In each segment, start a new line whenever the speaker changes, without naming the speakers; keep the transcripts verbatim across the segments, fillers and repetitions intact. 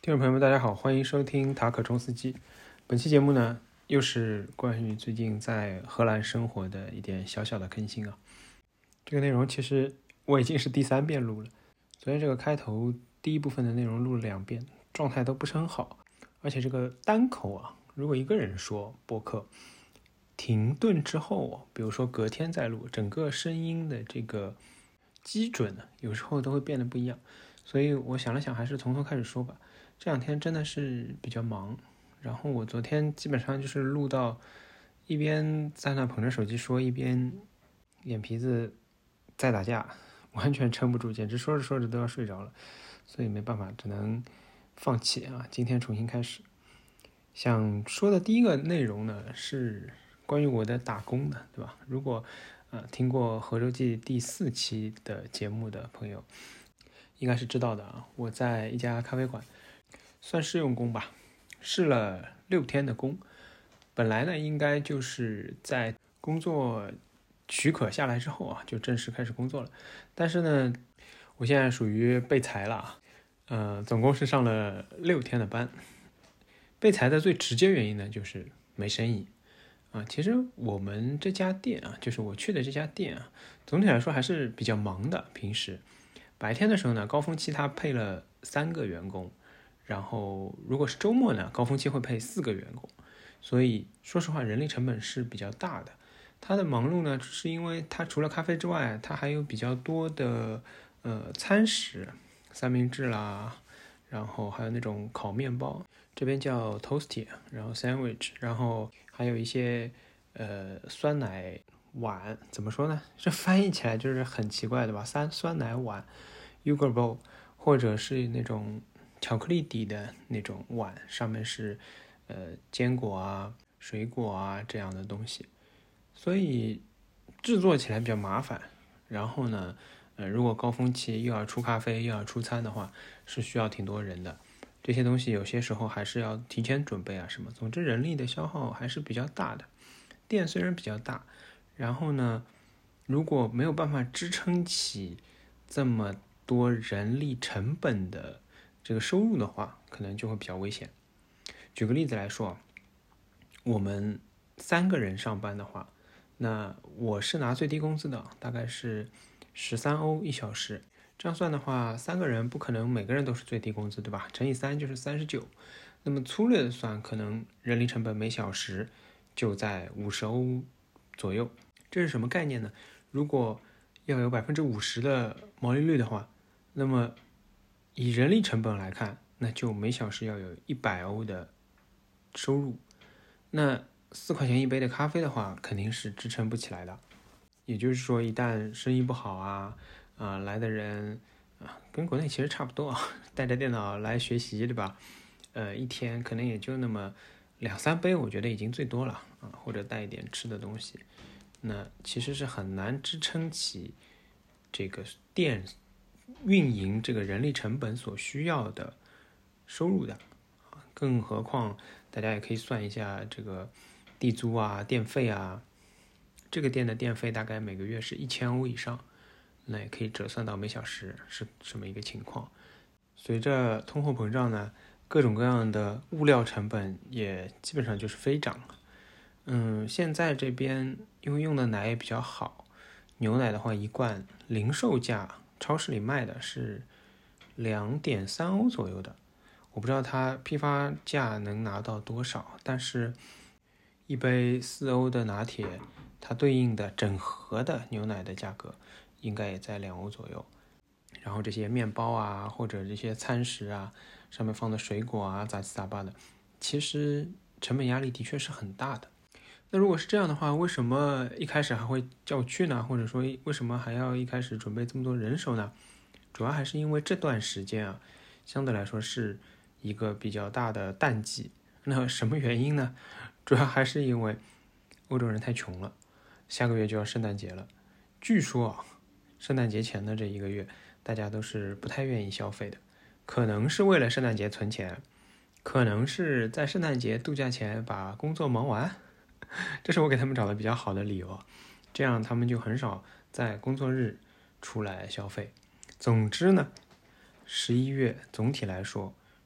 听众朋友们，大家好，欢迎收听塔可中司机。本期节目呢，又是关于最近在荷兰生活的一点小小的更新啊。这个内容其实我已经是第三遍录了，昨天这个开头第一部分的内容录了两遍，状态都不是很好，而且这个单口啊，如果一个人说播客停顿之后，比如说隔天再录，整个声音的这个基准呢，有时候都会变得不一样。所以我想了想，还是从头开始说吧。这两天真的是比较忙，然后我昨天基本上就是录到一边在那捧着手机说，一边眼皮子在打架，完全撑不住，简直说着说着都要睡着了，所以没办法，只能放弃啊。今天重新开始。想说的第一个内容呢，是关于我的打工的，对吧？如果呃听过《合周记》第四期的节目的朋友，应该是知道的啊。我在一家咖啡馆算试用工吧，试了六天的工。本来呢，应该就是在工作许可下来之后啊，就正式开始工作了。但是呢，我现在属于被裁了啊，呃，总共是上了六天的班。被裁的最直接原因呢，就是没生意啊。其实我们这家店啊，就是我去的这家店啊，总体来说还是比较忙的。平时白天的时候呢，高峰期它配了三个员工。然后如果是周末呢，高峰期会配四个员工，所以说实话人力成本是比较大的。它的忙碌呢，是因为它除了咖啡之外，它还有比较多的呃餐食，三明治啦，然后还有那种烤面包，这边叫 toasty， 然后 sandwich， 然后还有一些呃酸奶碗，怎么说呢？这翻译起来就是很奇怪的吧？酸酸奶碗 yogurt bowl， 或者是那种巧克力底的那种碗，上面是呃坚果啊、水果啊这样的东西，所以制作起来比较麻烦。然后呢，呃，如果高峰期又要出咖啡又要出餐的话，是需要挺多人的。这些东西有些时候还是要提前准备啊什么。总之人力的消耗还是比较大的。店虽然比较大，然后呢，如果没有办法支撑起这么多人力成本的这个收入的话，可能就会比较危险。举个例子来说，我们三个人上班的话，那我是拿最低工资的，大概是十三欧一小时。这样算的话，三个人不可能每个人都是最低工资，对吧？乘以三就是三十九。那么粗略的算，可能人力成本每小时就在五十欧左右。这是什么概念呢？如果要有百分之五十的毛利率的话，那么以人力成本来看，那就每小时要有一百欧的收入。那四块钱一杯的咖啡的话，肯定是支撑不起来的。也就是说，一旦生意不好啊，啊、呃、来的人啊，跟国内其实差不多啊，带着电脑来学习，对吧？呃，一天可能也就那么两三杯，我觉得已经最多了啊，或者带一点吃的东西，那其实是很难支撑起这个店运营这个人力成本所需要的收入的。更何况大家也可以算一下这个地租啊、电费啊，这个店的电费大概每个月是一千欧以上，那也可以折算到每小时是什么一个情况。随着通货膨胀呢，各种各样的物料成本也基本上就是飞涨了。嗯，现在这边因为用的奶也比较好，牛奶的话一罐零售价超市里卖的是两点三欧左右的。我不知道它批发价能拿到多少，但是一杯四欧的拿铁，它对应的整盒的牛奶的价格应该也在两欧左右。然后这些面包啊，或者这些餐食啊，上面放的水果啊，杂七杂八的，其实成本压力的确是很大的。那如果是这样的话，为什么一开始还会叫我去呢？或者说为什么还要一开始准备这么多人手呢？主要还是因为这段时间啊，相对来说是一个比较大的淡季。那什么原因呢？主要还是因为欧洲人太穷了，下个月就要圣诞节了。据说啊，圣诞节前的这一个月，大家都是不太愿意消费的，可能是为了圣诞节存钱，可能是在圣诞节度假前把工作忙完，这是我给他们找的比较好的理由。这样他们就很少在工作日出来消费。总之呢，十一月总体来说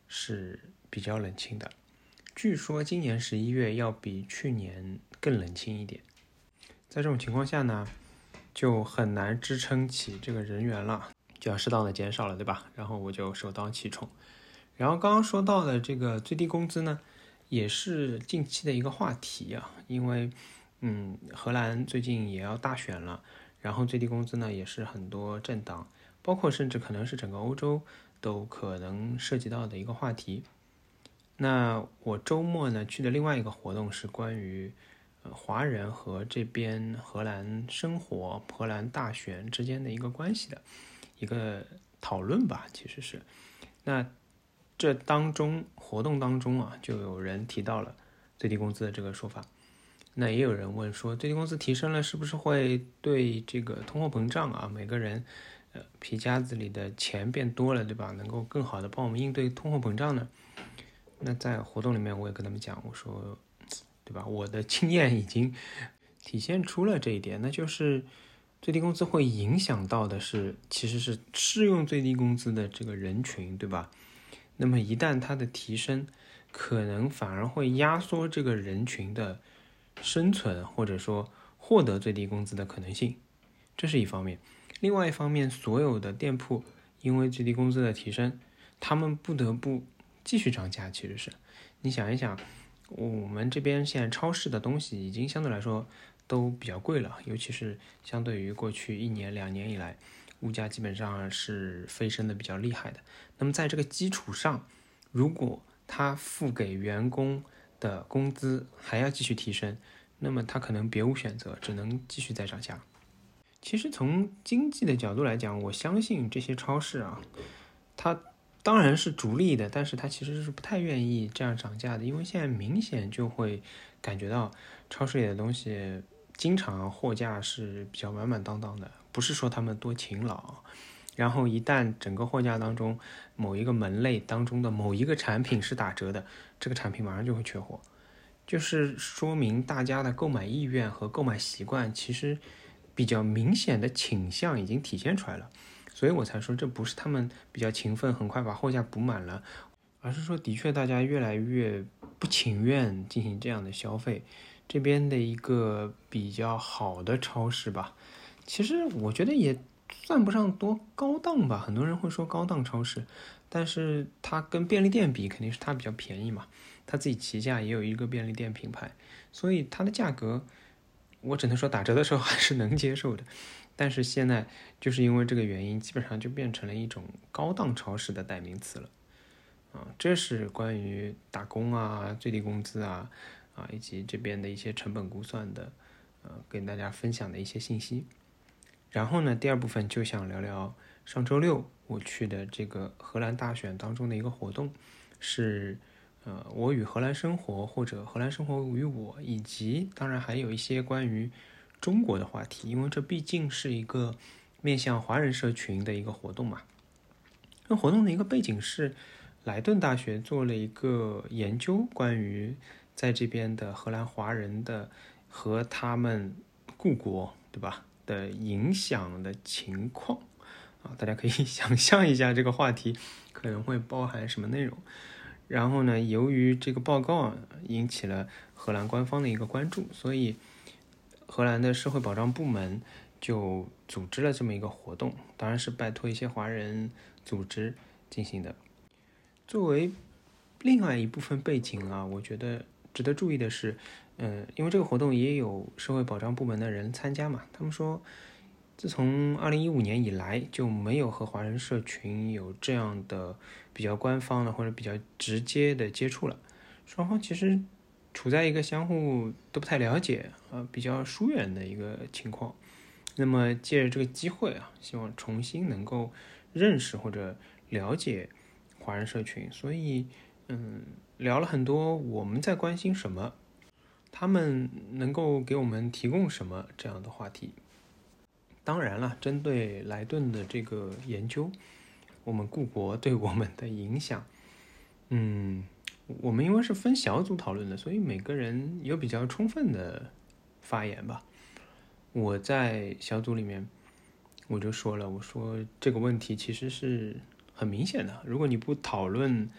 是比较冷清的。据说今年十一月要比去年更冷清一点。在这种情况下呢，就很难支撑起这个人员了，就要适当的减少了，对吧？然后我就首当其冲。然后刚刚说到的这个最低工资呢，也是近期的一个话题啊，因为嗯，荷兰最近也要大选了，然后最低工资呢也是很多政党，包括甚至可能是整个欧洲都可能涉及到的一个话题。那我周末呢去的另外一个活动是关于呃华人和这边荷兰生活、荷兰大选之间的一个关系的一个讨论吧，其实是。那这当中活动当中啊，就有人提到了最低工资的这个说法。那也有人问说，最低工资提升了，是不是会对这个通货膨胀啊，每个人呃皮夹子里的钱变多了，对吧？能够更好的帮我们应对通货膨胀呢？那在活动里面，我也跟他们讲，我说，对吧？我的经验已经体现出了这一点，那就是最低工资会影响到的是，其实是适用最低工资的这个人群，对吧？那么一旦它的提升，可能反而会压缩这个人群的生存，或者说获得最低工资的可能性，这是一方面。另外一方面，所有的店铺因为最低工资的提升，他们不得不继续涨价。其实是你想一想，我们这边现在超市的东西已经相对来说都比较贵了，尤其是相对于过去一年两年以来，物价基本上是飞升的比较厉害的。那么在这个基础上，如果他付给员工的工资还要继续提升，那么他可能别无选择，只能继续再涨价。其实从经济的角度来讲，我相信这些超市啊，它当然是逐利的，但是它其实是不太愿意这样涨价的，因为现在明显就会感觉到超市里的东西经常货架是比较满满当当的，不是说他们多勤劳，然后一旦整个货架当中某一个门类当中的某一个产品是打折的，这个产品马上就会缺货，就是说明大家的购买意愿和购买习惯其实比较明显的倾向已经体现出来了。所以我才说这不是他们比较勤奋很快把货架补满了，而是说的确大家越来越不情愿进行这样的消费。这边的一个比较好的超市吧，其实我觉得也算不上多高档吧，很多人会说高档超市，但是它跟便利店比肯定是它比较便宜嘛，它自己旗下也有一个便利店品牌，所以它的价格我只能说打折的时候还是能接受的。但是现在就是因为这个原因，基本上就变成了一种高档超市的代名词了啊。这是关于打工啊、最低工资啊啊以及这边的一些成本估算的，呃，跟大家分享的一些信息。然后呢，第二部分就想聊聊上周六我去的这个荷兰大选当中的一个活动，是呃我与荷兰生活，或者荷兰生活与我，以及当然还有一些关于中国的话题，因为这毕竟是一个面向华人社群的一个活动嘛。那活动的一个背景是莱顿大学做了一个研究，关于在这边的荷兰华人的和他们故国，对吧，的影响的情况啊，大家可以想象一下这个话题可能会包含什么内容。然后呢，由于这个报告啊引起了荷兰官方的一个关注，所以荷兰的社会保障部门就组织了这么一个活动，当然是拜托一些华人组织进行的。作为另外一部分背景啊，我觉得值得注意的是，嗯、呃，因为这个活动也有社会保障部门的人参加嘛，他们说，自从二零一五年以来就没有和华人社群有这样的比较官方的或者比较直接的接触了，双方其实处在一个相互都不太了解啊，比较疏远的一个情况。那么借着这个机会啊，希望重新能够认识或者了解华人社群，所以嗯，聊了很多我们在关心什么，他们能够给我们提供什么这样的话题。当然了，针对莱顿的这个研究，我们故国对我们的影响，嗯，我们因为是分小组讨论的，所以每个人有比较充分的发言吧。我在小组里面我就说了，我说这个问题其实是很明显的，如果你不讨论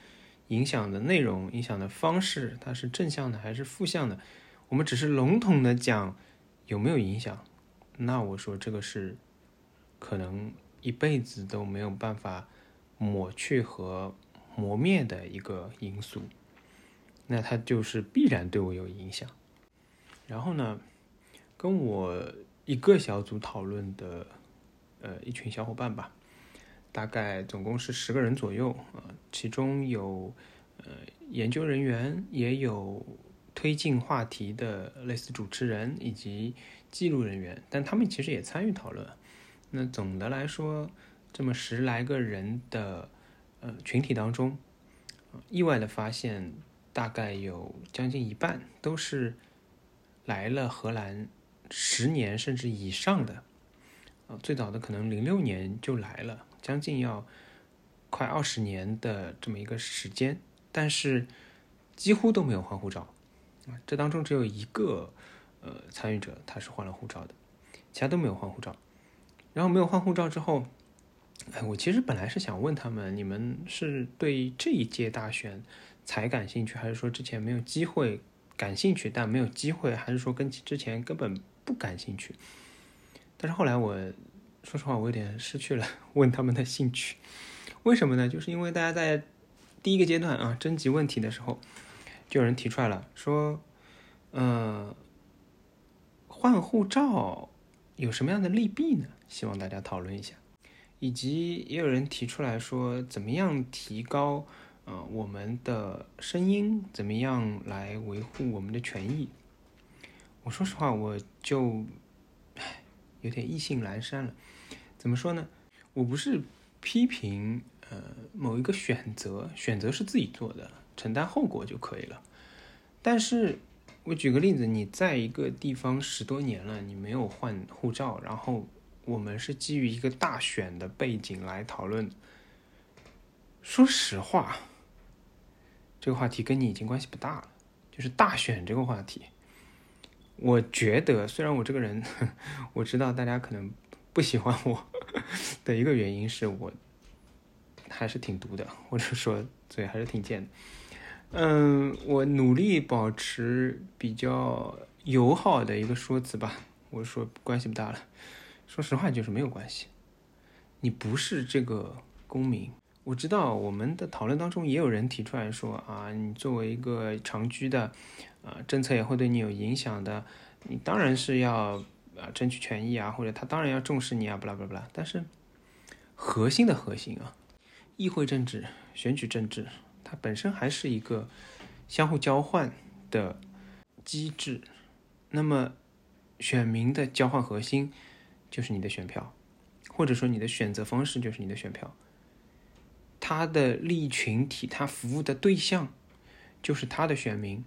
影响的内容、影响的方式，它是正向的还是负向的，我们只是笼统的讲有没有影响，那我说这个是可能一辈子都没有办法抹去和磨灭的一个因素，那它就是必然对我有影响。然后呢，跟我一个小组讨论的呃一群小伙伴吧，大概总共是十个人左右啊、呃，其中有呃研究人员，也有推进话题的类似主持人以及记录人员，但他们其实也参与讨论。那总的来说，这么十来个人的呃群体当中，呃、意外的发现，大概有将近一半都是来了荷兰十年甚至以上的，呃、最早的可能零六年就来了，将近要快二十年的这么一个时间，但是几乎都没有换护照。这当中只有一个呃参与者他是换了护照的，其他都没有换护照。然后没有换护照之后，哎，我其实本来是想问他们，你们是对这一届大选才感兴趣，还是说之前没有机会感兴趣但没有机会，还是说跟之前根本不感兴趣？但是后来我说实话，我有点失去了问他们的兴趣。为什么呢？就是因为大家在第一个阶段啊征集问题的时候，就有人提出来了，说呃换护照有什么样的利弊呢？希望大家讨论一下。以及也有人提出来说，怎么样提高呃我们的声音，怎么样来维护我们的权益。我说实话，我就有点意兴阑珊了。怎么说呢？我不是批评呃某一个选择，选择是自己做的，承担后果就可以了。但是我举个例子，你在一个地方十多年了，你没有换护照，然后我们是基于一个大选的背景来讨论。说实话，这个话题跟你已经关系不大了，就是大选这个话题。我觉得虽然我这个人我知道大家可能不喜欢我的一个原因是我还是挺毒的，或者说嘴还是挺贱的。嗯，我努力保持比较友好的一个说辞吧，我说关系不大了。说实话就是没有关系，你不是这个公民。我知道我们的讨论当中也有人提出来说啊，你作为一个长居的啊，政策也会对你有影响的，你当然是要啊争取权益啊，或者他当然要重视你啊，不啦不啦不啦。但是核心的核心啊，议会政治、选举政治，它本身还是一个相互交换的机制。那么选民的交换核心就是你的选票，或者说你的选择方式就是你的选票。他的利益群体，他服务的对象就是他的选民。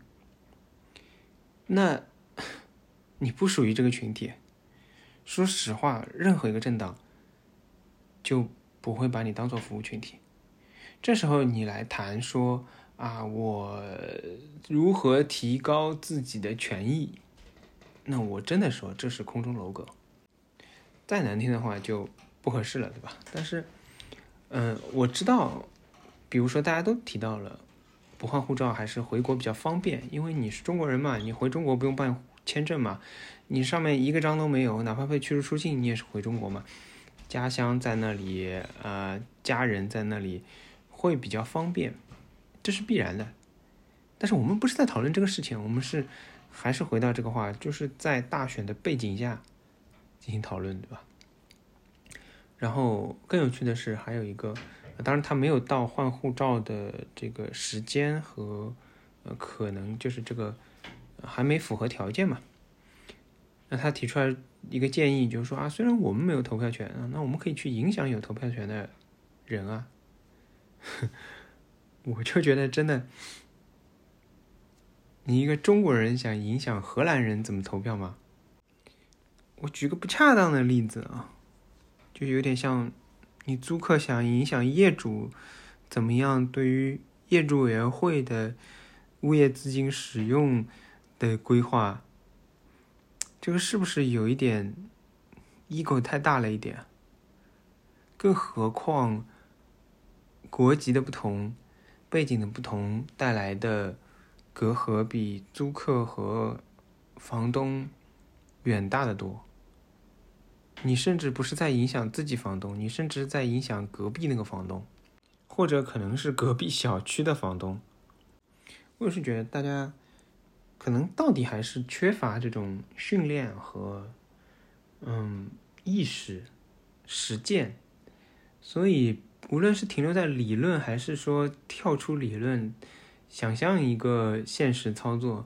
那你不属于这个群体，说实话，任何一个政党就不会把你当做服务群体。这时候你来谈说啊，我如何提高自己的权益，那我真的说这是空中楼阁，再难听的话就不合适了，对吧？但是嗯，我知道，比如说大家都提到了不换护照还是回国比较方便，因为你是中国人嘛，你回中国不用办签证嘛，你上面一个章都没有，哪怕被驱逐出境，你也是回中国嘛，家乡在那里，呃，家人在那里，会比较方便，这是必然的。但是我们不是在讨论这个事情，我们是还是回到这个话，就是在大选的背景下进行讨论，对吧？然后更有趣的是还有一个，当然他没有到换护照的这个时间和呃可能就是这个还没符合条件嘛。那他提出来一个建议，就是说啊，虽然我们没有投票权啊，那我们可以去影响有投票权的人啊。我就觉得真的，你一个中国人想影响荷兰人怎么投票吗？我举个不恰当的例子啊。就有点像你租客想影响业主怎么样对于业主委员会的物业资金使用的规划，这个是不是有一点 ego 太大了一点？更何况国籍的不同， 背景的不同带来的隔阂比租客和房东远大得多。你甚至不是在影响自己房东，你甚至在影响隔壁那个房东，或者可能是隔壁小区的房东。我是觉得大家可能到底还是缺乏这种训练和嗯意识实践，所以无论是停留在理论，还是说跳出理论想象一个现实操作，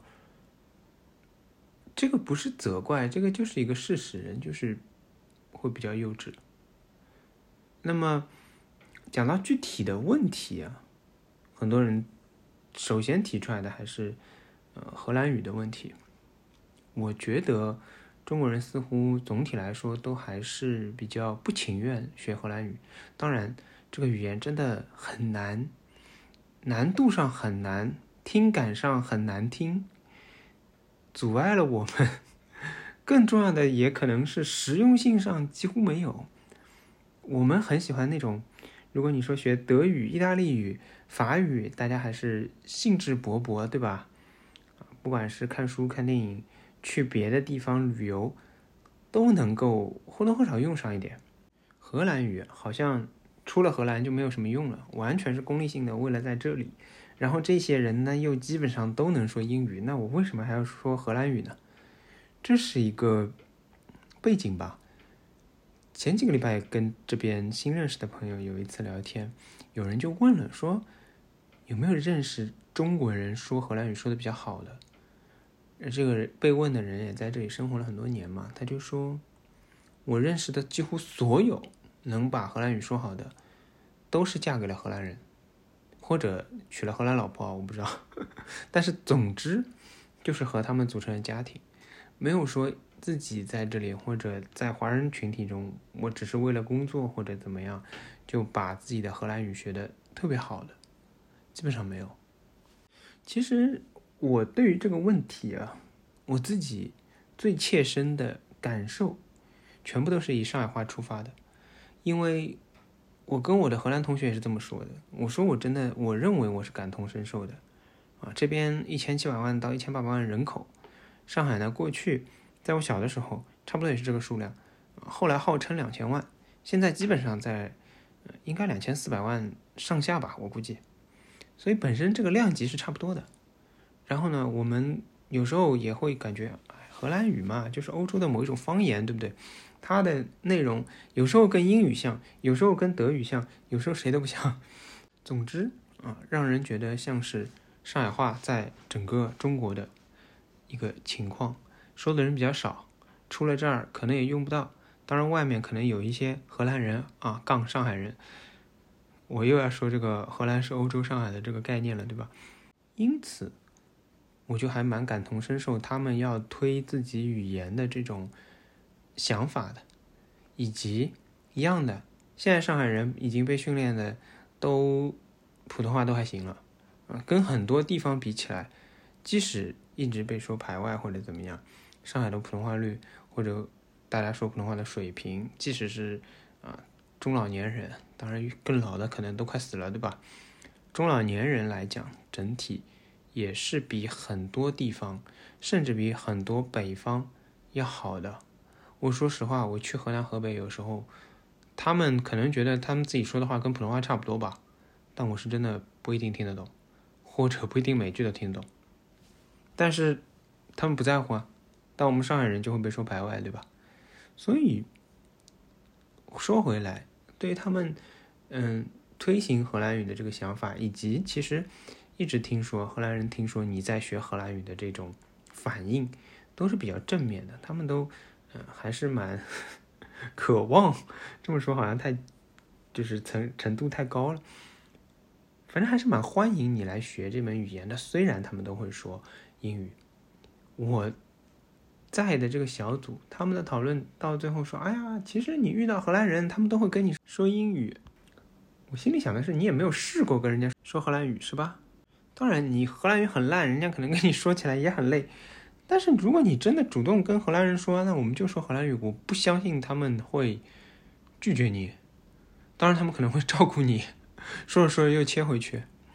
这个不是责怪，这个就是一个事实，人就是会比较幼稚。那么讲到具体的问题啊，很多人首先提出来的还是呃荷兰语的问题。我觉得中国人似乎总体来说都还是比较不情愿学荷兰语。当然这个语言真的很难，难度上很难，听感上很难听，阻碍了我们。更重要的也可能是实用性上几乎没有。我们很喜欢那种，如果你说学德语、意大利语、法语，大家还是兴致勃勃，对吧？不管是看书、看电影，去别的地方旅游，都能够或多或少用上一点。荷兰语好像出了荷兰就没有什么用了，完全是功利性的，为了在这里。然后这些人呢，又基本上都能说英语，那我为什么还要说荷兰语呢？这是一个背景吧。前几个礼拜跟这边新认识的朋友有一次聊天，有人就问了，说有没有认识中国人说荷兰语说的比较好的？这个被问的人也在这里生活了很多年嘛，他就说，我认识的几乎所有能把荷兰语说好的，都是嫁给了荷兰人，或者娶了荷兰老婆，我不知道。但是总之就是和他们组成了家庭，没有说自己在这里或者在华人群体中，我只是为了工作或者怎么样，就把自己的荷兰语学得特别好的，基本上没有。其实我对于这个问题啊，我自己最切身的感受，全部都是以上海话出发的。因为我跟我的荷兰同学也是这么说的，我说我真的，我认为我是感同身受的啊。这边一千七百万到一千八百万人口，上海呢过去在我小的时候差不多也是这个数量，后来号称两千万，现在基本上在应该两千四百万上下吧，我估计。所以本身这个量级是差不多的。然后呢，我们有时候也会感觉荷兰语嘛，就是欧洲的某一种方言，对不对？它的内容有时候跟英语像，有时候跟德语像，有时候谁都不像。总之啊，让人觉得像是上海话在整个中国的一个情况，说的人比较少，出了这儿可能也用不到。当然外面可能有一些荷兰人啊杠上海人，我又要说这个荷兰是欧洲上海的这个概念了，对吧？因此我就还蛮感同身受他们要推自己语言的这种想法的。以及一样的，现在上海人已经被训练的都普通话都还行了，跟很多地方比起来，即使一直被说排外或者怎么样，上海的普通话率或者大家说普通话的水平，即使是啊中老年人，当然更老的可能都快死了，对吧？中老年人来讲，整体也是比很多地方，甚至比很多北方要好的。我说实话，我去河南河北有时候，他们可能觉得他们自己说的话跟普通话差不多吧，但我是真的不一定听得懂，或者不一定每句都听得懂。但是他们不在乎啊，但我们上海人就会被说排外，对吧？所以说回来，对于他们嗯推行荷兰语的这个想法，以及其实一直听说荷兰人听说你在学荷兰语的这种反应都是比较正面的，他们都嗯还是蛮渴望，这么说好像太就是程程度太高了，反正还是蛮欢迎你来学这门语言的。虽然他们都会说英语，我在的这个小组他们的讨论到最后说，哎呀，其实你遇到荷兰人他们都会跟你说英语。我心里想的是，你也没有试过跟人家说荷兰语是吧？当然你荷兰语很烂，人家可能跟你说起来也很累，但是如果你真的主动跟荷兰人说，那我们就说荷兰语，我不相信他们会拒绝你。当然他们可能会照顾你，说着说着又切回去，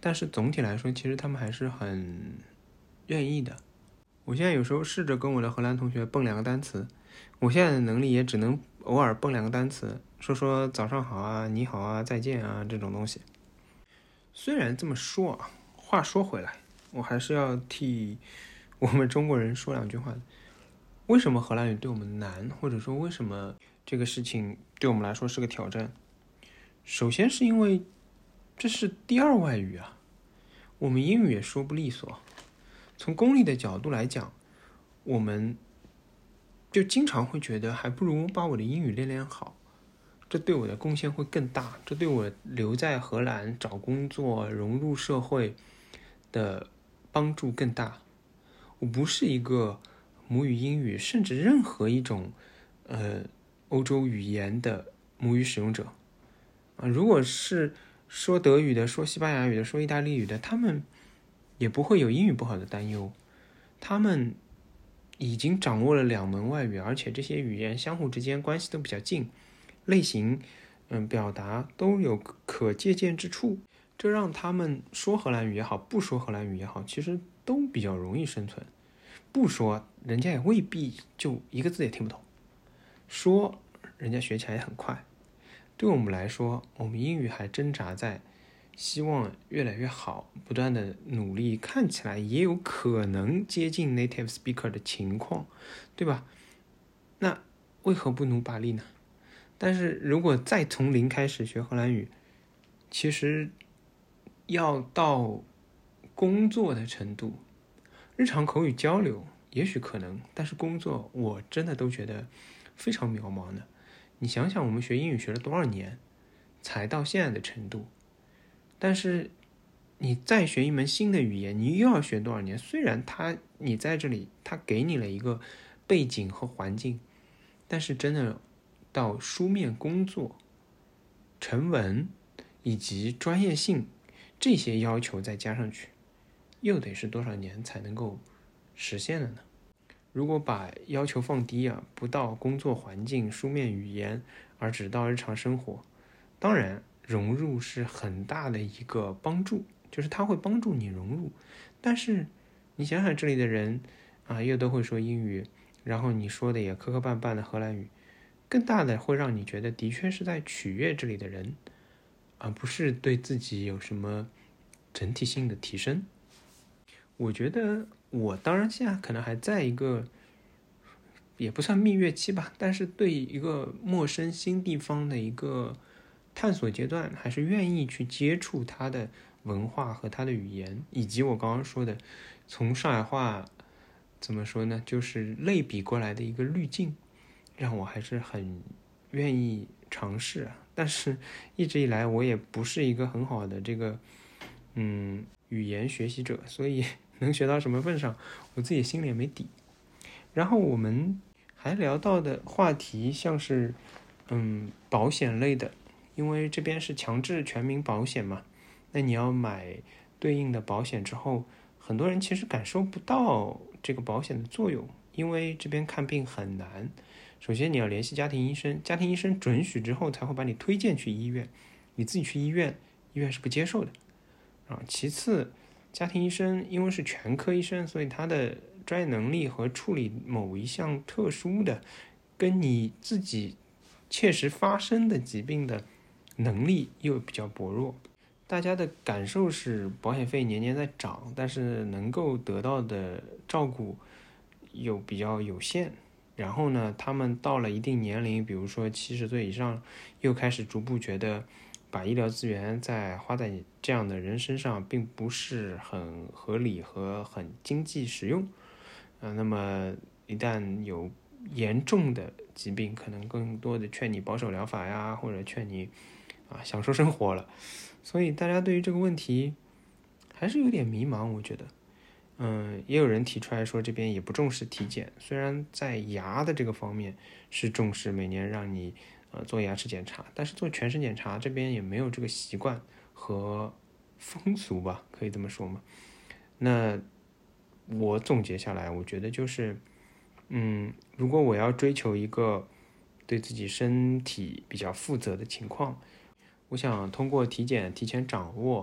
但是总体来说，其实他们还是很愿意的。我现在有时候试着跟我的荷兰同学蹦两个单词，我现在的能力也只能偶尔蹦两个单词，说说早上好啊、你好啊、再见啊这种东西。虽然这么说啊，话说回来，我还是要替我们中国人说两句话。为什么荷兰语对我们难，或者说为什么这个事情对我们来说是个挑战？首先是因为这是第二外语啊，我们英语也说不利索。从功利的角度来讲，我们就经常会觉得还不如把我的英语练练好，这对我的贡献会更大，这对我留在荷兰找工作、融入社会的帮助更大。我不是一个母语英语，甚至任何一种呃欧洲语言的母语使用者啊。如果是说德语的、说西班牙语的、说意大利语的，他们也不会有英语不好的担忧。他们已经掌握了两门外语，而且这些语言相互之间关系都比较近，类型、嗯表达都有可借鉴之处，这让他们说荷兰语也好，不说荷兰语也好，其实都比较容易生存。不说，人家也未必就一个字也听不懂；说，人家学起来也很快。对我们来说，我们英语还挣扎在希望越来越好，不断的努力，看起来也有可能接近 native speaker 的情况，对吧？那为何不努把力呢？但是如果再从零开始学荷兰语，其实要到工作的程度，日常口语交流也许可能，但是工作我真的都觉得非常渺茫的。你想想，我们学英语学了多少年才到现在的程度，但是你再学一门新的语言，你又要学多少年？虽然他你在这里他给你了一个背景和环境，但是真的到书面工作、成文以及专业性这些要求再加上去，又得是多少年才能够实现了呢？如果把要求放低啊，不到工作环境、书面语言，而只到日常生活，当然融入是很大的一个帮助，就是它会帮助你融入。但是你想想这里的人啊，又都会说英语，然后你说的也磕磕绊绊的荷兰语，更大的会让你觉得的确是在取悦这里的人，而不是对自己有什么整体性的提升。我觉得我当然现在可能还在一个也不算蜜月期吧，但是对一个陌生新地方的一个探索阶段，还是愿意去接触它的文化和它的语言，以及我刚刚说的从上海话怎么说呢，就是类比过来的一个滤镜，让我还是很愿意尝试啊。但是一直以来我也不是一个很好的这个嗯语言学习者，所以能学到什么份上，我自己心里也没底。然后我们还聊到的话题像是嗯保险类的，因为这边是强制全民保险嘛，那你要买对应的保险之后，很多人其实感受不到这个保险的作用，因为这边看病很难。首先你要联系家庭医生，家庭医生准许之后才会把你推荐去医院，你自己去医院，医院是不接受的啊。其次，家庭医生因为是全科医生，所以他的专业能力和处理某一项特殊的跟你自己切实发生的疾病的能力又比较薄弱。大家的感受是保险费年年在涨，但是能够得到的照顾又比较有限。然后呢，他们到了一定年龄，比如说七十岁以上，又开始逐步觉得把医疗资源再花在这样的人身上并不是很合理和很经济实用。呃、那么一旦有严重的疾病，可能更多的劝你保守疗法呀，或者劝你啊享受生活了。所以大家对于这个问题还是有点迷茫，我觉得。嗯，也有人提出来说这边也不重视体检，虽然在牙的这个方面是重视每年让你呃做牙齿检查，但是做全身检查这边也没有这个习惯和风俗吧，可以这么说吗？那我总结下来，我觉得就是嗯，如果我要追求一个对自己身体比较负责的情况，我想通过体检提前掌握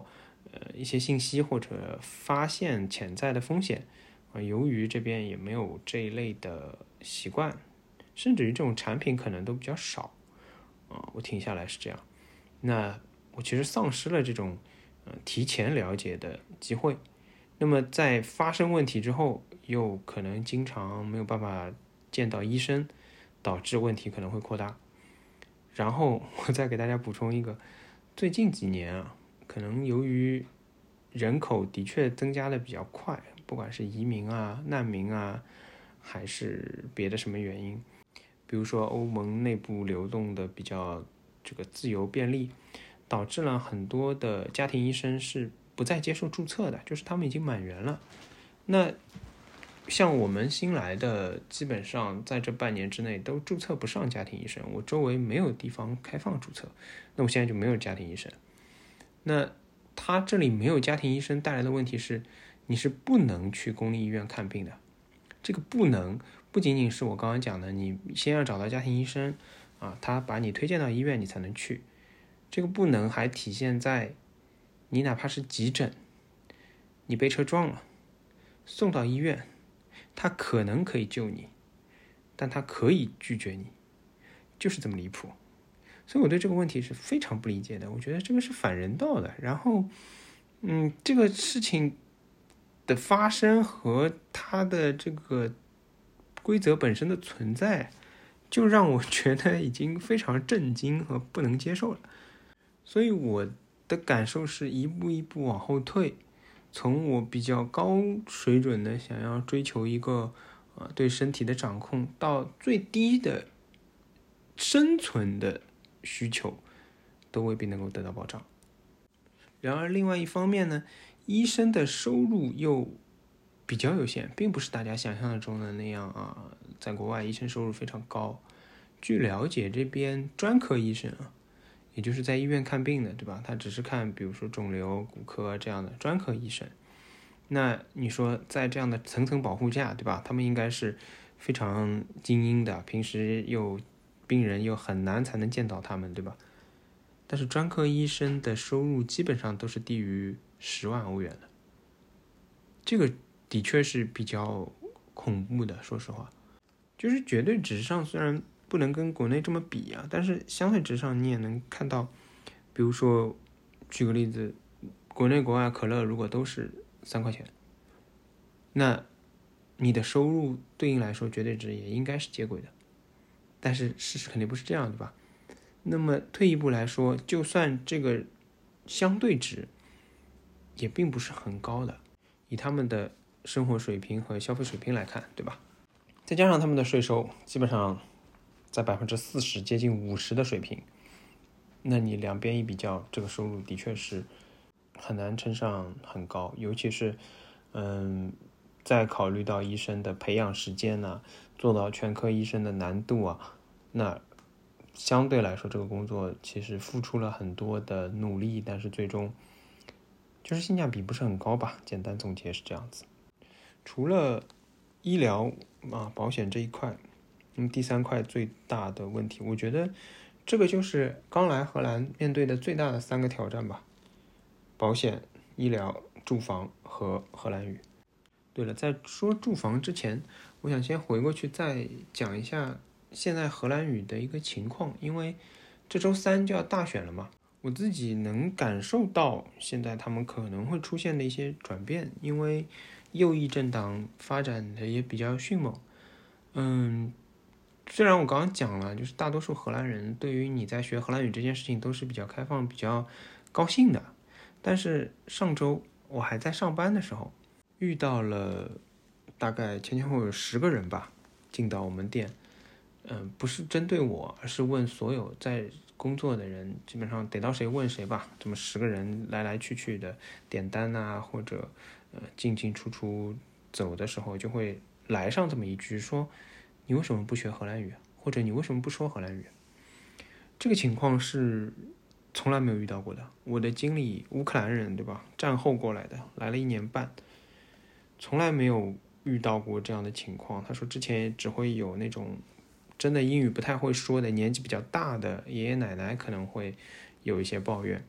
呃一些信息或者发现潜在的风险啊，由于这边也没有这一类的习惯，甚至于这种产品可能都比较少啊，我听下来是这样，那我其实丧失了这种呃提前了解的机会。那么在发生问题之后，又可能经常没有办法见到医生，导致问题可能会扩大。然后我再给大家补充一个，最近几年啊，可能由于人口的确增加的比较快，不管是移民啊、难民啊，还是别的什么原因，比如说欧盟内部流动的比较这个自由便利，导致了很多的家庭医生是不再接受注册的，就是他们已经满员了。那像我们新来的，基本上在这半年之内都注册不上家庭医生，我周围没有地方开放注册，那我现在就没有家庭医生。那他这里没有家庭医生带来的问题是，你是不能去公立医院看病的。这个不能不仅仅是我刚刚讲的，你先要找到家庭医生啊，他把你推荐到医院，你才能去。这个不能还体现在你哪怕是急诊，你被车撞了，送到医院，他可能可以救你，但他可以拒绝你，就是这么离谱。所以我对这个问题是非常不理解的，我觉得这个是反人道的。然后，嗯，这个事情的发生和它的这个规则本身的存在，就让我觉得已经非常震惊和不能接受了。所以我的感受是一步一步往后退，从我比较高水准的想要追求一个呃对身体的掌控，到最低的生存的需求都未必能够得到保障。然而另外一方面呢，医生的收入又比较有限，并不是大家想象中的那样啊，在国外医生收入非常高。据了解，这边专科医生啊，也就是在医院看病的，对吧？他只是看比如说肿瘤、骨科这样的专科医生。那你说在这样的层层保护下，对吧？他们应该是非常精英的，平时又病人又很难才能见到他们，对吧？但是专科医生的收入基本上都是低于十万欧元的，这个的确是比较恐怖的。说实话，就是绝对值上虽然不能跟国内这么比啊，但是相对值上你也能看到，比如说举个例子，国内国外可乐如果都是三块钱，那你的收入对应来说绝对值也应该是接轨的，但是事实肯定不是这样，对吧？那么退一步来说，就算这个相对值也并不是很高的，以他们的生活水平和消费水平来看，对吧？再加上他们的税收基本上在百分之四十接近五十的水平，那你两边一比较，这个收入的确是很难称上很高，尤其是嗯，再考虑到医生的培养时间呢、啊，做到全科医生的难度啊，那相对来说这个工作其实付出了很多的努力，但是最终就是性价比不是很高吧，简单总结是这样子。除了医疗啊保险这一块，那么第三块最大的问题，我觉得这个就是刚来荷兰面对的最大的三个挑战吧：保险、医疗、住房和荷兰语。对了，在说住房之前，我想先回过去再讲一下现在荷兰语的一个情况，因为这周三就要大选了嘛，我自己能感受到现在他们可能会出现的一些转变，因为右翼政党发展的也比较迅猛。嗯，虽然我刚刚讲了，就是大多数荷兰人对于你在学荷兰语这件事情都是比较开放、比较高兴的，但是上周我还在上班的时候，遇到了大概前前后后有十个人吧，进到我们店。嗯，不是针对我，而是问所有在工作的人，基本上逮到谁问谁吧。这么十个人来来去去的点单啊，或者呃进进出出走的时候，就会来上这么一句说：“你为什么不学荷兰语？或者你为什么不说荷兰语？”这个情况是从来没有遇到过的。我的经理乌克兰人，对吧？战后过来的，来了一年半，从来没有遇到过这样的情况。他说之前只会有那种真的英语不太会说的年纪比较大的爷爷奶奶可能会有一些抱怨，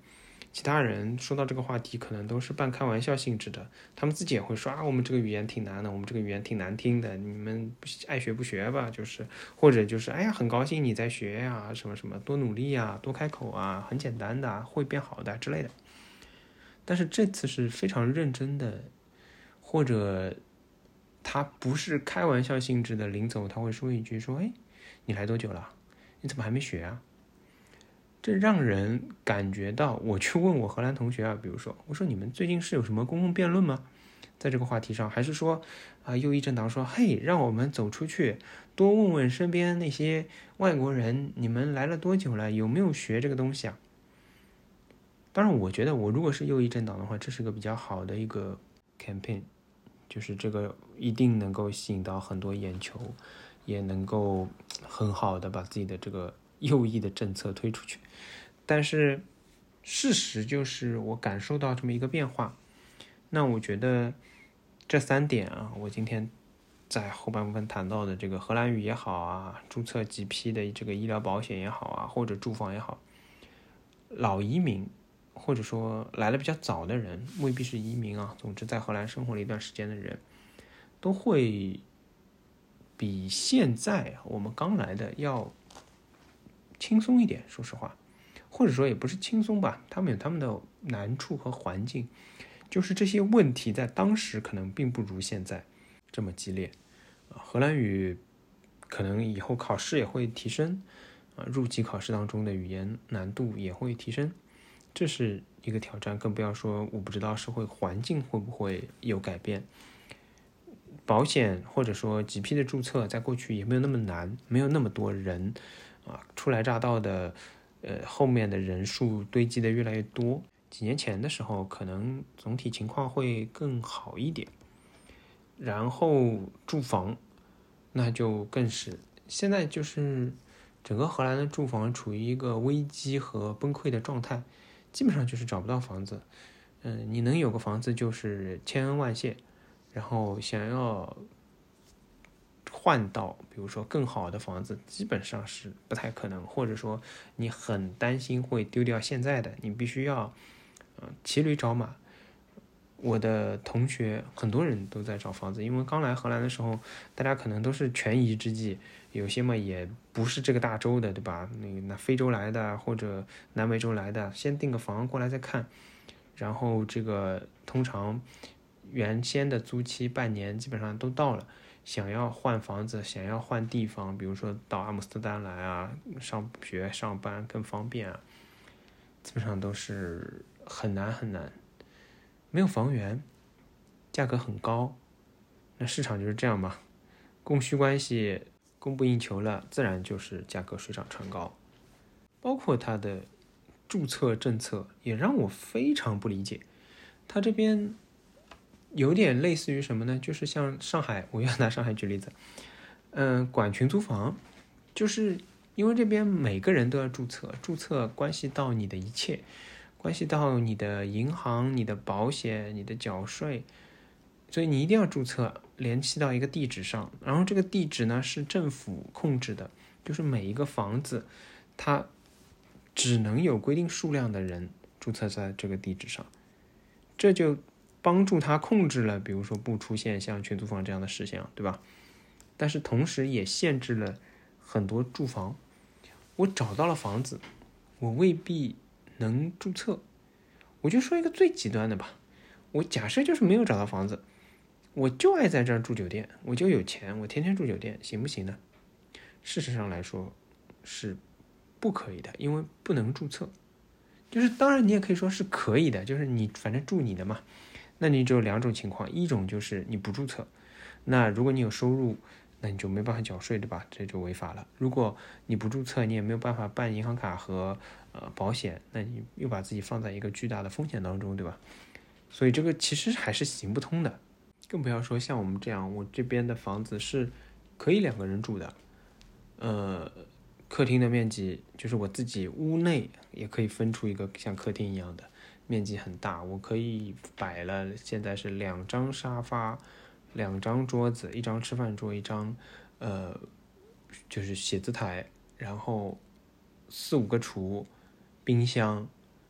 其他人说到这个话题可能都是半开玩笑性质的，他们自己也会说啊，我们这个语言挺难的，我们这个语言挺难听的，你们爱学不学吧，就是或者就是哎呀，很高兴你在学呀，什么什么，多努力啊，多开口啊，很简单的，会变好的之类的。但是这次是非常认真的，或者他不是开玩笑性质的，临走他会说一句说，哎，你来多久了？你怎么还没学啊？这让人感觉到，我去问我荷兰同学啊，比如说我说你们最近是有什么公共辩论吗？在这个话题上，还是说啊、呃，右翼政党说，嘿，让我们走出去，多问问身边那些外国人，你们来了多久了？有没有学这个东西啊？当然，我觉得我如果是右翼政党的话，这是个比较好的一个 campaign， 就是这个一定能够吸引到很多眼球，也能够很好的把自己的这个右翼的政策推出去。但是事实就是我感受到这么一个变化。那我觉得这三点啊，我今天在后半部分谈到的这个荷兰语也好啊，注册几批的这个医疗保险也好啊，或者住房也好，老移民或者说来的比较早的人，未必是移民啊，总之在荷兰生活了一段时间的人，都会比现在我们刚来的要轻松一点，说实话，或者说也不是轻松吧，他们有他们的难处和环境，就是这些问题在当时可能并不如现在这么激烈。荷兰语可能以后考试也会提升，入籍考试当中的语言难度也会提升，这是一个挑战，更不要说我不知道社会环境会不会有改变。保险或者说 G P 的注册在过去也没有那么难，没有那么多人啊，初来乍到的呃后面的人数堆积的越来越多。几年前的时候可能总体情况会更好一点。然后住房那就更是，现在就是整个荷兰的住房处于一个危机和崩溃的状态，基本上就是找不到房子。嗯，你能有个房子就是千恩万谢，然后想要换到比如说更好的房子基本上是不太可能，或者说你很担心会丢掉现在的，你必须要、呃、骑驴找马。我的同学很多人都在找房子，因为刚来荷兰的时候大家可能都是权宜之计，有些嘛也不是这个大洲的，对吧？那个那非洲来的或者南美洲来的，先订个房过来再看，然后这个通常原先的租期半年基本上都到了，想要换房子，想要换地方，比如说到阿姆斯特丹来啊，上学上班更方便啊，基本上都是很难很难。没有房源，价格很高，那市场就是这样嘛，供需关系供不应求了，自然就是价格水涨船高。包括它的注册政策也让我非常不理解，它这边有点类似于什么呢？就是像上海，我要拿上海举例子，嗯、呃，管群租房，就是因为这边每个人都要注册，注册关系到你的一切。关系到你的银行、你的保险、你的缴税，所以你一定要注册，联系到一个地址上。然后这个地址呢是政府控制的，就是每一个房子，它只能有规定数量的人注册在这个地址上，这就帮助他控制了，比如说不出现像群租房这样的事项，对吧？但是同时也限制了很多住房。我找到了房子，我未必能注册。我就说一个最极端的吧，我假设就是没有找到房子，我就爱在这儿住酒店，我就有钱，我天天住酒店，行不行呢？事实上来说是不可以的，因为不能注册。就是当然你也可以说是可以的，就是你反正住你的嘛，那你只有两种情况，一种就是你不注册，那如果你有收入，那你就没办法缴税，对吧？这就违法了。如果你不注册，你也没有办法办银行卡和呃保险，那你又把自己放在一个巨大的风险当中，对吧？所以这个其实还是行不通的。更不要说像我们这样，我这边的房子是可以两个人住的，呃，客厅的面积就是我自己屋内也可以分出一个像客厅一样的，面积很大，我可以摆了，现在是两张沙发。两张桌子，一张吃饭桌，一张呃就是写字台，然后四五个橱，冰箱，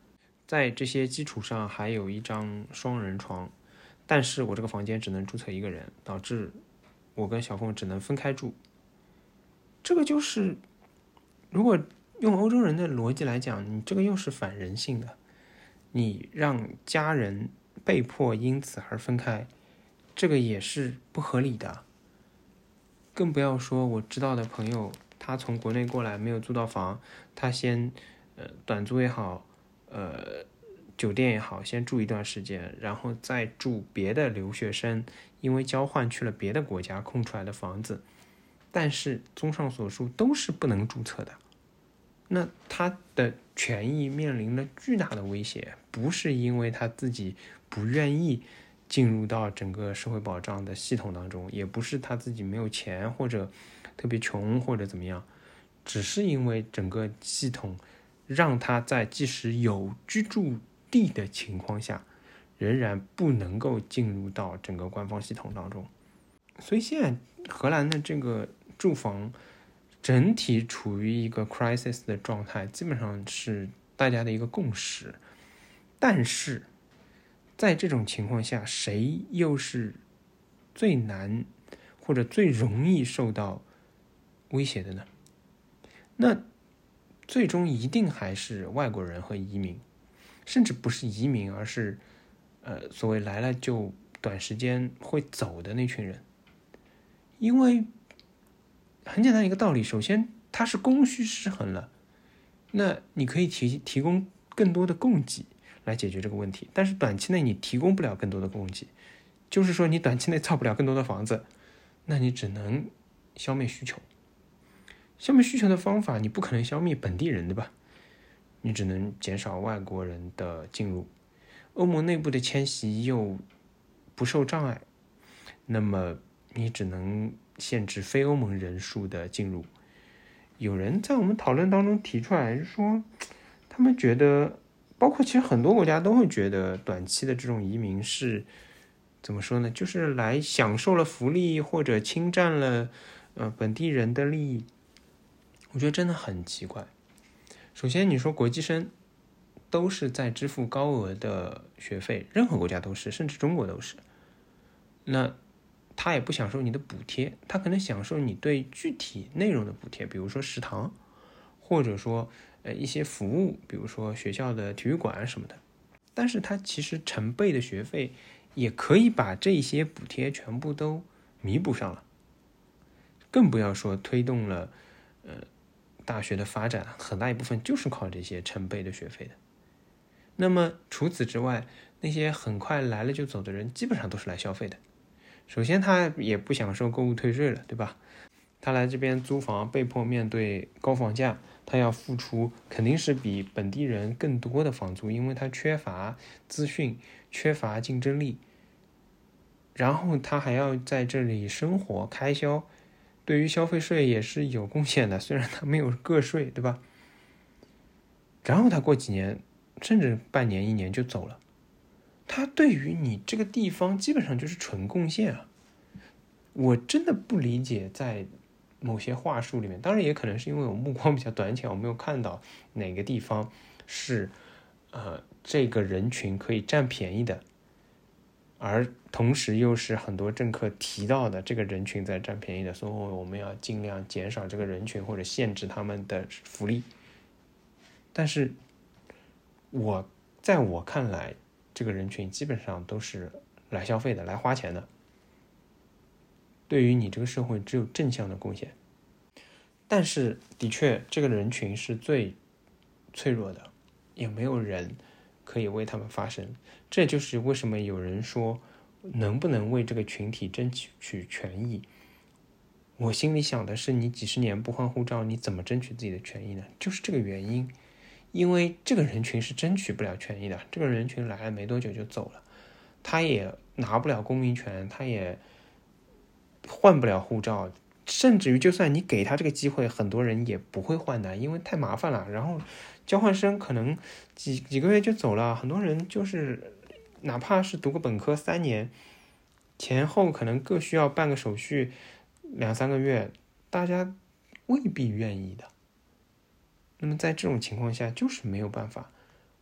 在这些基础上还有一张双人床，但是我这个房间只能注册一个人，导致我跟小凤只能分开住。这个就是如果用欧洲人的逻辑来讲，你这个又是反人性的，你让家人被迫因此而分开，这个也是不合理的。更不要说我知道的朋友，他从国内过来没有租到房，他先呃短租也好，呃酒店也好，先住一段时间，然后再住别的留学生因为交换去了别的国家空出来的房子，但是综上所述都是不能注册的。那他的权益面临了巨大的威胁，不是因为他自己不愿意进入到整个社会保障的系统当中，也不是他自己没有钱或者特别穷或者怎么样，只是因为整个系统让他在即使有居住地的情况下，仍然不能够进入到整个官方系统当中。所以现在荷兰的这个住房整体处于一个 crisis 的状态，基本上是大家的一个共识。但是在这种情况下，谁又是最难或者最容易受到威胁的呢？那最终一定还是外国人和移民，甚至不是移民，而是呃所谓来了就短时间会走的那群人。因为很简单一个道理，首先它是供需失衡了，那你可以提提供更多的供给来解决这个问题，但是短期内你提供不了更多的供给，就是说你短期内造不了更多的房子，那你只能消灭需求。消灭需求的方法，你不可能消灭本地人，对吧？你只能减少外国人的进入，欧盟内部的迁徙又不受障碍，那么你只能限制非欧盟人数的进入。有人在我们讨论当中提出来说，他们觉得，包括其实很多国家都会觉得短期的这种移民是怎么说呢，就是来享受了福利或者侵占了呃本地人的利益。我觉得真的很奇怪。首先你说国际生都是在支付高额的学费，任何国家都是，甚至中国都是，那他也不享受你的补贴，他可能享受你对具体内容的补贴，比如说食堂，或者说呃一些服务，比如说学校的体育馆什么的。但是他其实成倍的学费也可以把这些补贴全部都弥补上了，更不要说推动了呃大学的发展，很大一部分就是靠这些成倍的学费的。那么除此之外，那些很快来了就走的人基本上都是来消费的。首先他也不享受购物退税了，对吧？他来这边租房被迫面对高房价，他要付出肯定是比本地人更多的房租，因为他缺乏资讯，缺乏竞争力，然后他还要在这里生活开销，对于消费税也是有贡献的，虽然他没有个税，对吧？然后他过几年甚至半年一年就走了，他对于你这个地方基本上就是纯贡献啊。我真的不理解，在某些话术里面，当然也可能是因为我目光比较短浅，我没有看到哪个地方是呃这个人群可以占便宜的，而同时又是很多政客提到的这个人群在占便宜的，所以我们要尽量减少这个人群或者限制他们的福利。但是我在我看来，这个人群基本上都是来消费的，来花钱的，对于你这个社会只有正向的贡献。但是的确这个人群是最脆弱的，也没有人可以为他们发声。这就是为什么有人说能不能为这个群体争取权益，我心里想的是，你几十年不换护照，你怎么争取自己的权益呢？就是这个原因。因为这个人群是争取不了权益的，这个人群来了没多久就走了，他也拿不了公民权，他也换不了护照，甚至于就算你给他这个机会，很多人也不会换的，因为太麻烦了。然后交换生可能几几个月就走了，很多人就是哪怕是读个本科三年，前后可能各需要办个手续两三个月，大家未必愿意的。那么在这种情况下，就是没有办法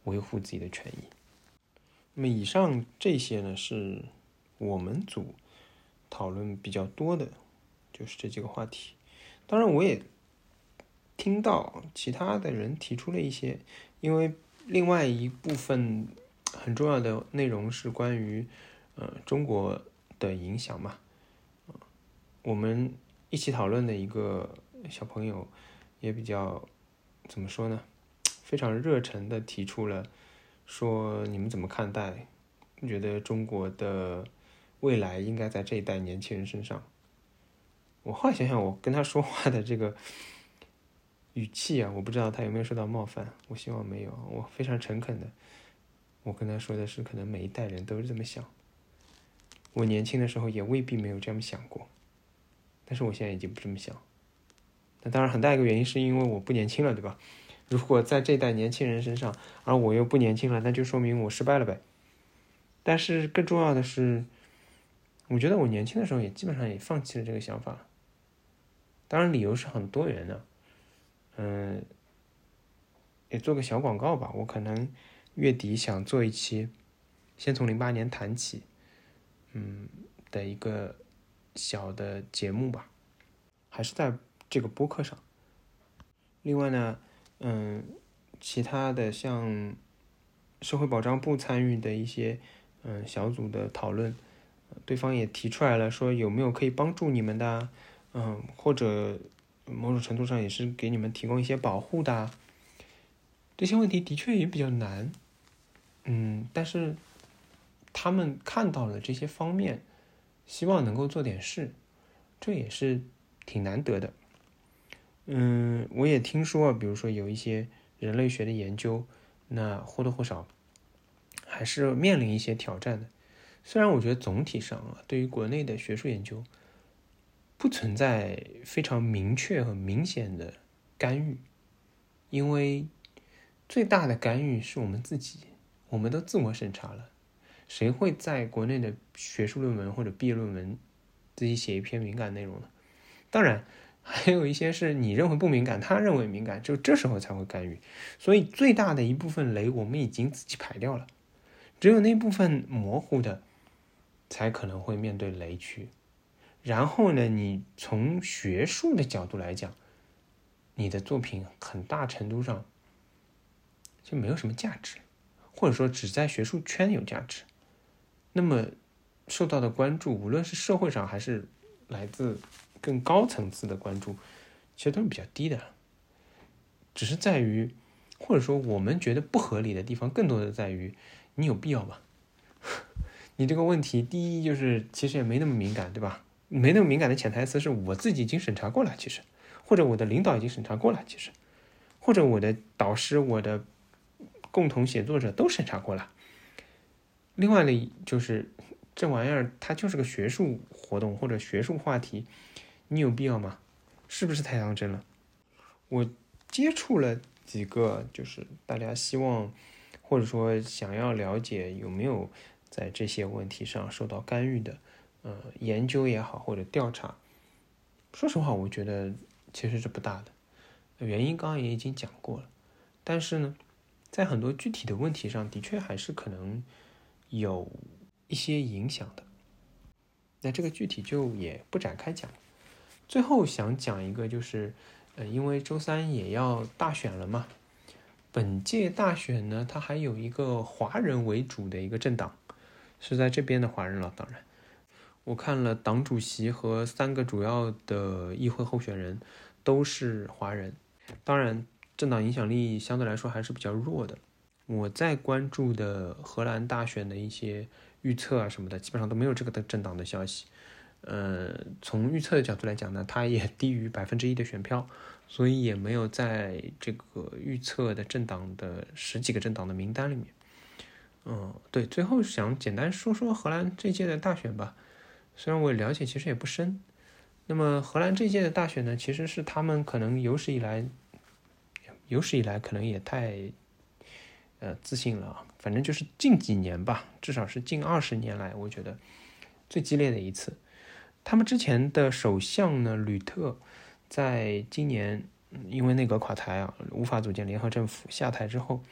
维护自己的权益。那么以上这些呢，是我们组讨论比较多的，就是这几个话题。当然我也听到其他的人提出了一些，因为另外一部分很重要的内容是关于呃中国的影响嘛。我们一起讨论的一个小朋友也比较怎么说呢，非常热忱的提出了说，你们怎么看待，觉得中国的未来应该在这一代年轻人身上。我后来想想，我跟他说话的这个语气啊，我不知道他有没有受到冒犯，我希望没有。我非常诚恳的，我跟他说的是，可能每一代人都是这么想，我年轻的时候也未必没有这么想过，但是我现在已经不这么想。那当然很大一个原因是因为我不年轻了，对吧？如果在这代年轻人身上，而我又不年轻了，那就说明我失败了呗。但是更重要的是，我觉得我年轻的时候也基本上也放弃了这个想法。当然理由是很多元的，嗯，也做个小广告吧。我可能月底想做一期，先从零八年谈起，嗯的一个小的节目吧，还是在这个播客上。另外呢，嗯，其他的像社会保障部参与的一些嗯小组的讨论，对方也提出来了，说有没有可以帮助你们的，嗯，或者某种程度上也是给你们提供一些保护的。这些问题的确也比较难，嗯，但是他们看到了这些方面，希望能够做点事，这也是挺难得的。嗯，我也听说，比如说有一些人类学的研究，那或多或少还是面临一些挑战的。虽然我觉得总体上啊，对于国内的学术研究，不存在非常明确和明显的干预，因为最大的干预是我们自己，我们都自我审查了，谁会在国内的学术论文或者毕业论文自己写一篇敏感内容呢？当然还有一些是你认为不敏感，他认为敏感，就这时候才会干预。所以最大的一部分雷我们已经自己排掉了，只有那部分模糊的才可能会面对雷区。然后呢，你从学术的角度来讲，你的作品很大程度上就没有什么价值，或者说只在学术圈有价值，那么受到的关注，无论是社会上还是来自更高层次的关注，其实都是比较低的。只是在于，或者说我们觉得不合理的地方，更多的在于你有必要吗？你这个问题，第一就是其实也没那么敏感，对吧？没那么敏感的潜台词是我自己已经审查过了，其实，或者我的领导已经审查过了，其实，或者我的导师、我的共同写作者都审查过了。另外呢，就是这玩意儿它就是个学术活动或者学术话题，你有必要吗？是不是太当真了？我接触了几个，就是大家希望或者说想要了解有没有在这些问题上受到干预的，呃，研究也好或者调查。说实话，我觉得其实是不大的，原因刚刚也已经讲过了。但是呢，在很多具体的问题上，的确还是可能有一些影响的。那这个具体就也不展开讲。最后想讲一个，就是呃，因为周三也要大选了嘛，本届大选呢，它还有一个华人为主的一个政党，是在这边的华人了。当然，我看了党主席和三个主要的议会候选人都是华人，当然政党影响力相对来说还是比较弱的。我在关注的荷兰大选的一些预测啊什么的，基本上都没有这个的政党的消息。呃，从预测的角度来讲呢，它也低于百分之一的选票，所以也没有在这个预测的政党的十几个政党的名单里面。嗯，对，最后想简单说说荷兰这届的大选吧。虽然我了解其实也不深，那么荷兰这届的大选呢，其实是他们可能有史以来，有史以来可能也太呃自信了啊，反正就是近几年吧，至少是近二十年来，我觉得最激烈的一次。他们之前的首相呢，吕特，在今年因为内阁垮台啊，无法组建联合政府下台之后，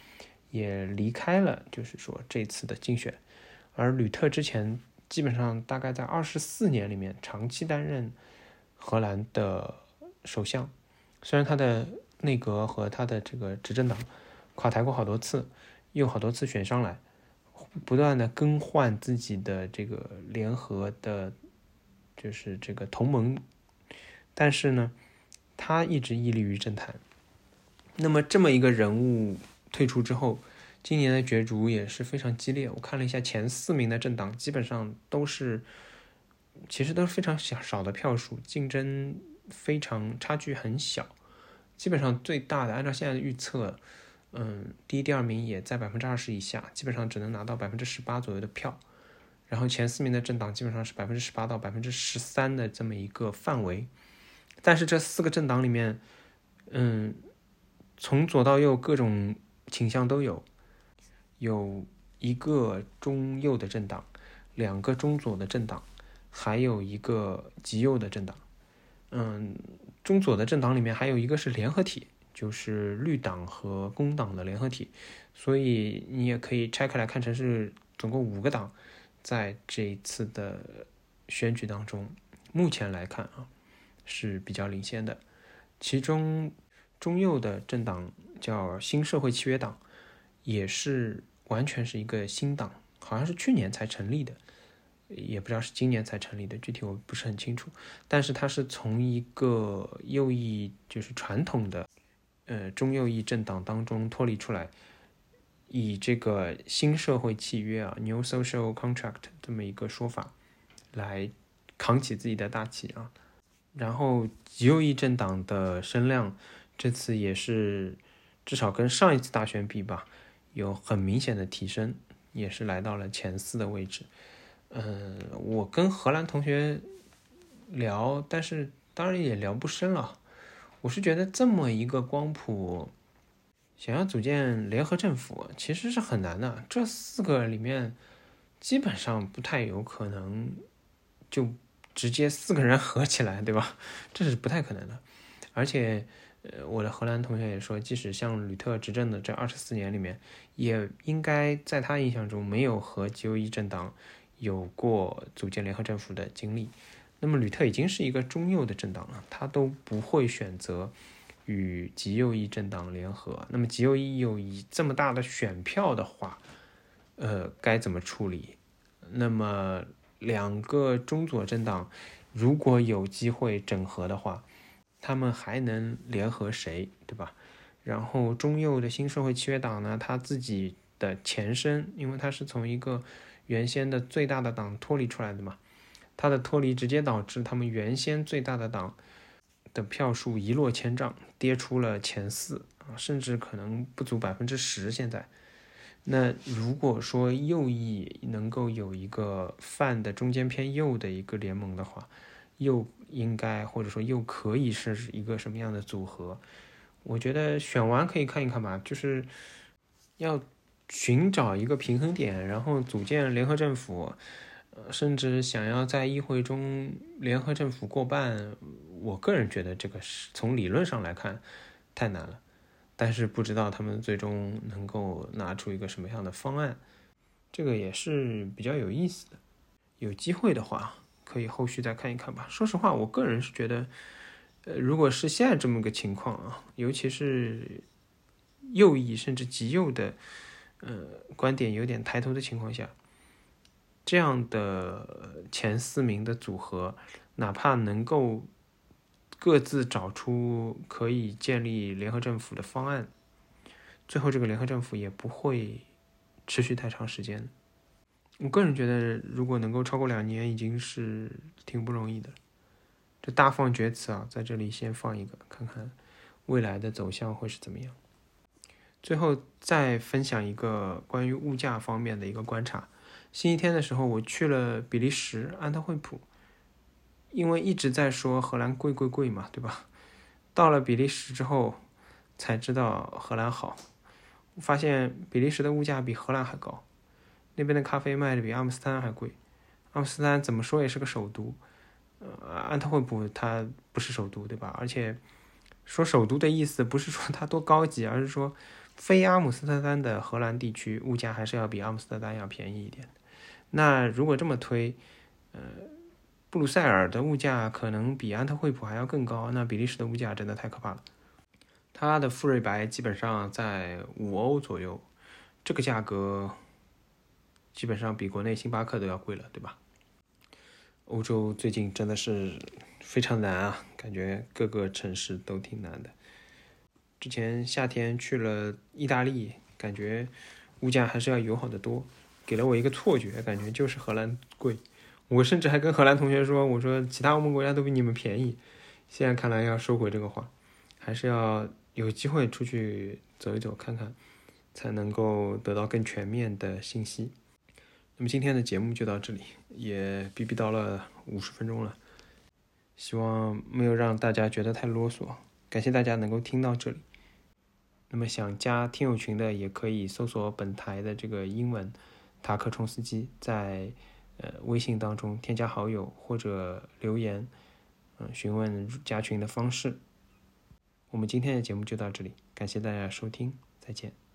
也离开了，就是说这次的竞选。而吕特之前基本上大概在二十四年里面长期担任荷兰的首相，虽然他的内阁和他的这个执政党垮台过好多次，又好多次选上来，不断的更换自己的这个联合的就是这个同盟，但是呢他一直屹立于政坛。那么这么一个人物退出之后，今年的角逐也是非常激烈。我看了一下前四名的政党基本上都是其实都是非常少的票数，竞争非常差距很小，基本上最大的按照现在的预测，嗯，第一第二名也在百分之二十以下，基本上只能拿到百分之十八左右的票。然后前四名的政党基本上是百分之十八到百分之十三的这么一个范围。但是这四个政党里面，嗯，从左到右各种倾向都有，有一个中右的政党，两个中左的政党，还有一个极右的政党。嗯，中左的政党里面还有一个是联合体，就是绿党和工党的联合体，所以你也可以拆开来看成是总共五个党在这一次的选举当中，目前来看啊是比较领先的。其中中右的政党叫新社会契约党，也是完全是一个新党，好像是去年才成立的，也不知道是今年才成立的，具体我不是很清楚。但是它是从一个右翼，就是传统的呃中右翼政党当中脱离出来，以这个新社会契约啊 New Social Contract 这么一个说法来扛起自己的大旗啊。然后极右翼政党的声量这次也是至少跟上一次大选比吧，有很明显的提升，也是来到了前四的位置。嗯，我跟荷兰同学聊，但是当然也聊不深了。我是觉得这么一个光谱，想要组建联合政府其实是很难的，这四个里面基本上不太有可能就直接四个人合起来，对吧？这是不太可能的。而且呃，我的荷兰同学也说，即使像吕特执政的这二十四年里面，也应该在他印象中没有和极右翼政党有过组建联合政府的经历。那么吕特已经是一个中右的政党了，他都不会选择与极右翼政党联合。那么极右翼有以这么大的选票的话，呃，该怎么处理？那么两个中左政党如果有机会整合的话，他们还能联合谁，对吧？然后中右的新社会契约党呢，他自己的前身，因为他是从一个原先的最大的党脱离出来的嘛，他的脱离直接导致他们原先最大的党的票数一落千丈，跌出了前四啊，甚至可能不足百分之十。现在，那如果说右翼能够有一个泛的中间偏右的一个联盟的话，又应该或者说又可以是一个什么样的组合？我觉得选完可以看一看吧，就是要寻找一个平衡点，然后组建联合政府，呃，甚至想要在议会中联合政府过半，我个人觉得这个是从理论上来看太难了，但是不知道他们最终能够拿出一个什么样的方案，这个也是比较有意思的。有机会的话可以后续再看一看吧。说实话，我个人是觉得呃，如果是现在这么个情况啊，尤其是右翼甚至极右的呃观点有点抬头的情况下，这样的前四名的组合，哪怕能够各自找出可以建立联合政府的方案，最后这个联合政府也不会持续太长时间。我个人觉得，如果能够超过两年，已经是挺不容易的。这大放厥词啊，在这里先放一个，看看未来的走向会是怎么样。最后再分享一个关于物价方面的一个观察。星期天的时候，我去了比利时安特惠普，因为一直在说荷兰贵贵贵嘛，对吧？到了比利时之后，才知道荷兰好。我发现比利时的物价比荷兰还高。那边的咖啡卖的比阿姆斯特丹还贵，阿姆斯特丹怎么说也是个首都，呃，安特惠普它不是首都，对吧？而且说首都的意思不是说它多高级，而是说非阿姆斯特丹的荷兰地区物价还是要比阿姆斯特丹要便宜一点的。那如果这么推，呃，布鲁塞尔的物价可能比安特惠普还要更高，那比利时的物价真的太可怕了。它的馥芮白基本上在五欧左右，这个价格基本上比国内星巴克都要贵了，对吧？欧洲最近真的是非常难啊，感觉各个城市都挺难的。之前夏天去了意大利，感觉物价还是要友好的多，给了我一个错觉，感觉就是荷兰贵。我甚至还跟荷兰同学说，我说其他欧盟国家都比你们便宜。现在看来要收回这个话，还是要有机会出去走一走看看，才能够得到更全面的信息。那么今天的节目就到这里，也逼逼叨了五十分钟了，希望没有让大家觉得太啰嗦，感谢大家能够听到这里。那么想加听友群的也可以搜索本台的这个英文塔克冲司机，在呃微信当中添加好友或者留言，嗯、呃，询问加群的方式。我们今天的节目就到这里，感谢大家收听，再见。